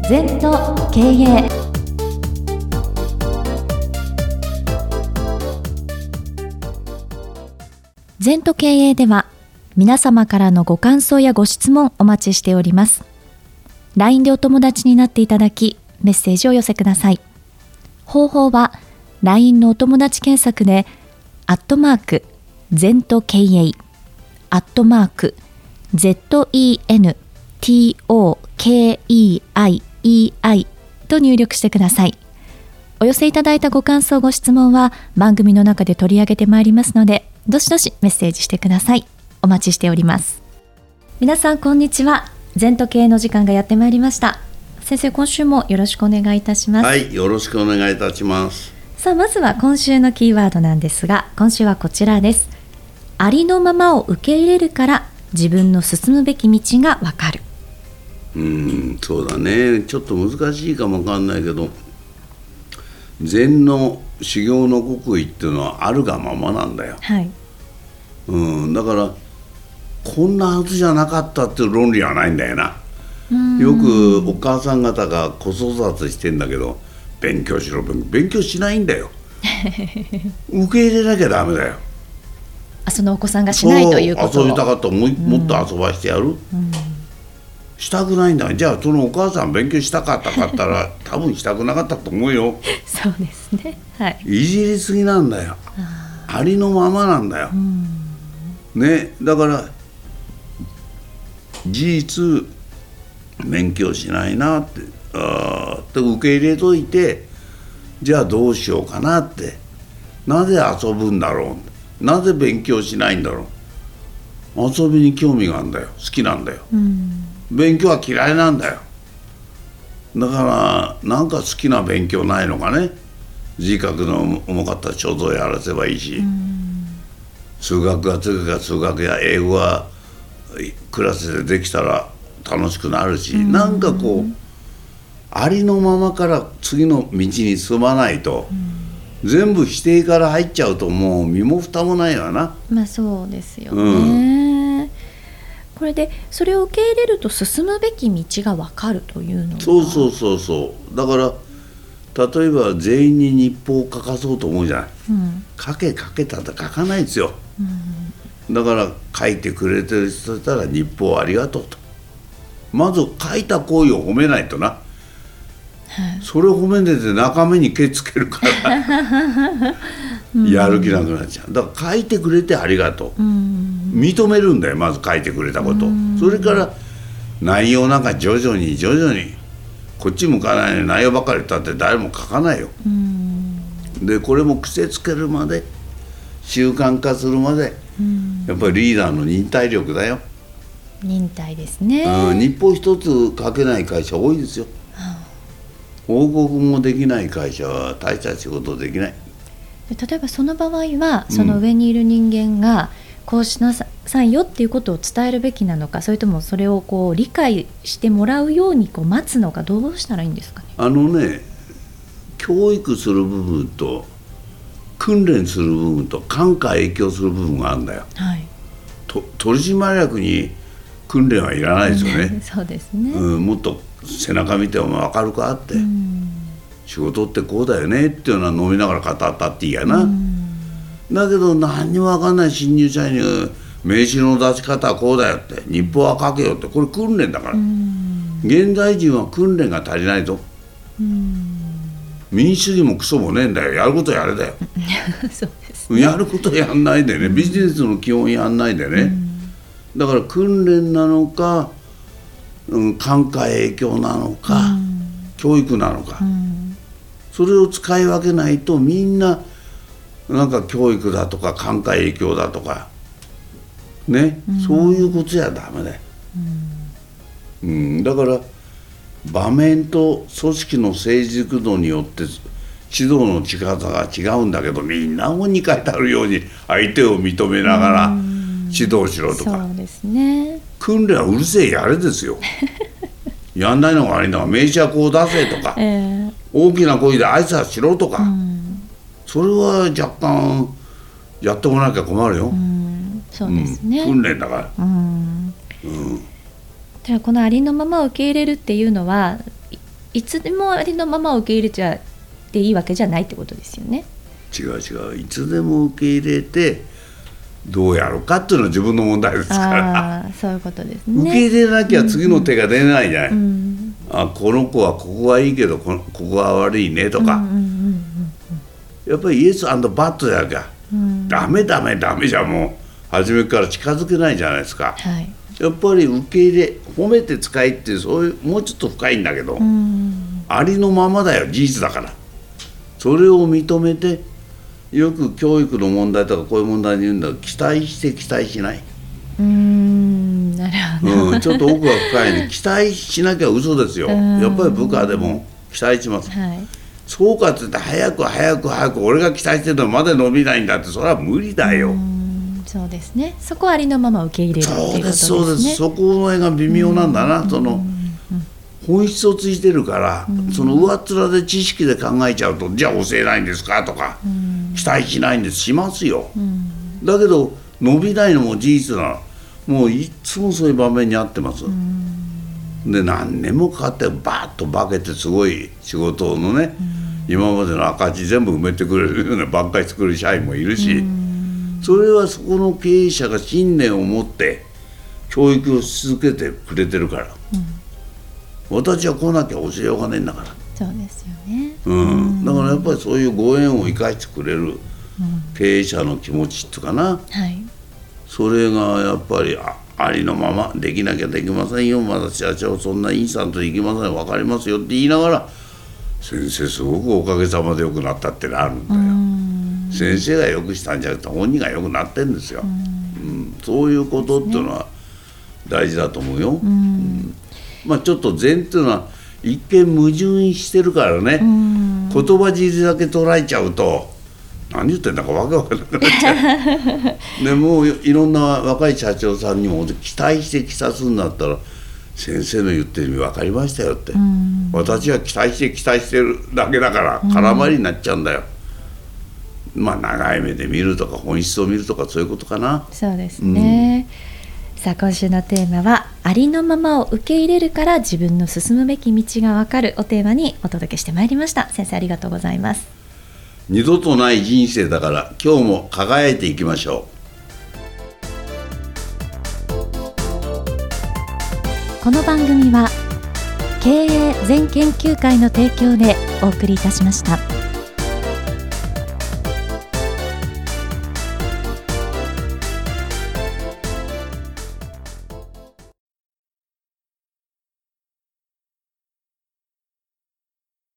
禅と経営。禅と経営では皆様からのご感想やご質問お待ちしております。 LINE でお友達になっていただきメッセージを寄せください。方法は LINE のお友達検索で禅と経営ZENTOKEIEI と入力してください。お寄せいただいたご感想ご質問は番組の中で取り上げてまいりますので、どしどしメッセージしてください。お待ちしております。皆さんこんにちは。禅と経営の時間がやってまいりました。先生、今週もよろしくお願いいたします。 はい、よろしくお願いいたします。 さあ、まずは今週のキーワードなんですが、今週はこちらです。ありのままを受け入れるから自分の進むべき道がわかる。 そうだね。ちょっと難しいかもわかんないけど、禅の修行の極意っていうのはあるがままなんだよ。 はい。 だからこんなはずじゃなかったっていう論理はないんだよな。よくお母さん方が子育てしてんだけど、勉強しろ、勉強しないんだよ。受け入れなきゃダメだよ。 そのお子さんがしないということを、 遊びたかったらもっと遊ばしてやる、したくないんだ。じゃあそのお母さん勉強したかったら多分したくなかったと思うよ。 そうですね、はい、 いじりすぎなんだよ。ありのままなんだよ、ね。だから事実勉強しないなって受け入れといて、じゃあどうしようかなって、なぜ遊ぶんだろう、なぜ勉強しないんだろう。遊びに興味があるんだよ、好きなんだよ、勉強は嫌いなんだよ。だからなんか好きな勉強ないのかね。字書くの重かったら書道やらせばいいし、数学が次が数学や英語がクラスでできたら楽しくなるし、なんかこうありのままから次の道に進まないと、全部否定から入っちゃうともう身も蓋もないわな。 まあそうですよね、これでそれを受け入れると進むべき道が分かるというのは、 そうだから例えば全員に日報を書かそうと思うじゃない、書けたって書かないですよ、だから書いてくれてる人いたら日報ありがとうと、まず書いた行為を褒めないとな、それを褒めてて中身にケつけるからやる気なくなっちゃう。だから書いてくれてありがとう、認めるんだよ、まず書いてくれたこと、それから内容なんか徐々にこっち向かないのに内容ばっかり言ったって誰も書かないよ、でこれも癖つけるまで習慣化するまで、やっぱりリーダーの忍耐力だよ。 忍耐ですね、 日報一つ書けない会社多いですよ、報告もできない会社は大した仕事できない。 例えばその場合はその上にいる人間がこうしなさいよっていうことを伝えるべきなのか、それともそれをこう理解してもらうようにこう待つのか、どうしたらいいんですかね。 教育する部分と訓練する部分と感化影響する部分があるんだよ、取締役に訓練はいらないですよねそうですね、 もっと背中見ても分かるかって、仕事ってこうだよねっていうのは飲みながら語ったっていいやな、だけど何にも分かんない新入社員に名刺の出し方はこうだよって、日報は書けよって、これ訓練だから、現代人は訓練が足りないぞ、民主主義もクソもねえんだよ、やることやれだよそうですね、 やることやんないでね、ビジネスの基本やんないでね、だから訓練なのか、感化影響なのか、教育なのか、それを使い分けないと、みんななんか教育だとか感化影響だとかね、そういうことじゃダメだよ、だから場面と組織の成熟度によって指導の仕方が違うんだけど、みんな本に書いてあるように相手を認めながら指導しろとか、 そうですね、 訓練はうるせえやれですよやんないのが悪いんだから、名刺はこう出せとか、大きな声で挨拶しろとか、それは若干やってもらわなきゃ困るよ、 そうですね、 訓練だから、 じゃあこのありのままを受け入れるっていうのはいつでもありのままを受け入れちゃっていいわけじゃないってことですよね。 違ういつでも受け入れてどうやろうかっていうのは自分の問題ですからそういうことですね。 受け入れなきゃ次の手が出ないじゃない、この子はここはいいけどここは悪いねとか、やっぱりイエス&バットじゃなきゃ、ダメじゃもう初めから近づけないじゃないですか、はい、やっぱり受け入れ褒めて使いっていうそういうもうちょっと深いんだけど、ありのままだよ事実だからそれを認めてよく教育の問題とかこういう問題に言うんだけど期待して期待しない。 なるほど、 ちょっと奥が深いね。期待しなきゃ嘘ですよ。やっぱり部下でも期待します、はい、そうかって言って早く俺が期待してるのまで伸びないんだってそれは無理だよ。 そうですね。そこはありのまま受け入れるっていうことですね。 そうです。そこの辺が微妙なんだな。その本質をついてるから、その上っ面で知識で考えちゃうとじゃあ教えないんですかとか、期待しないんですしますよ、だけど伸びないのも事実なの。もういつもそういう場面にあってます、で何年もかかってバーッと化けてすごい仕事のね、今までの赤字全部埋めてくれるようなばっかり作る社員もいるし、それはそこの経営者が信念を持って教育をし続けてくれてるから、私は来なきゃ教えようがねえんだから。 そうですよね、 だからやっぱりそういうご縁を生かしてくれる経営者の気持ちっていうかな、それがやっぱりありのままできなきゃできませんよ、まだ社長そんなインスタントできません、分かりますよって言いながら先生すごくおかげさまで良くなったってなるんだよ。先生が良くしたんじゃなくて本人が良くなってんですよ、そういうことっていうのは大事だと思うよ。ちょっと禅っていうのは一見矛盾してるからね、言葉尻だけ捉えちゃうと何言ってんだかわけわかんなくなっちゃうでもういろんな若い社長さんにも期待して期待するんだったら先生の言ってる意味分かりましたよって、私は期待してるだけだから空回りになっちゃうんだよ、長い目で見るとか本質を見るとかそういうことかな。 そうですね、さあ今週のテーマはありのままを受け入れるから自分の進むべき道がわかるをテーマにお届けしてまいりました。先生ありがとうございます。 二度とない人生だから今日も輝いていきましょう。この番組は経営全研究会の提供でお送りいたしました。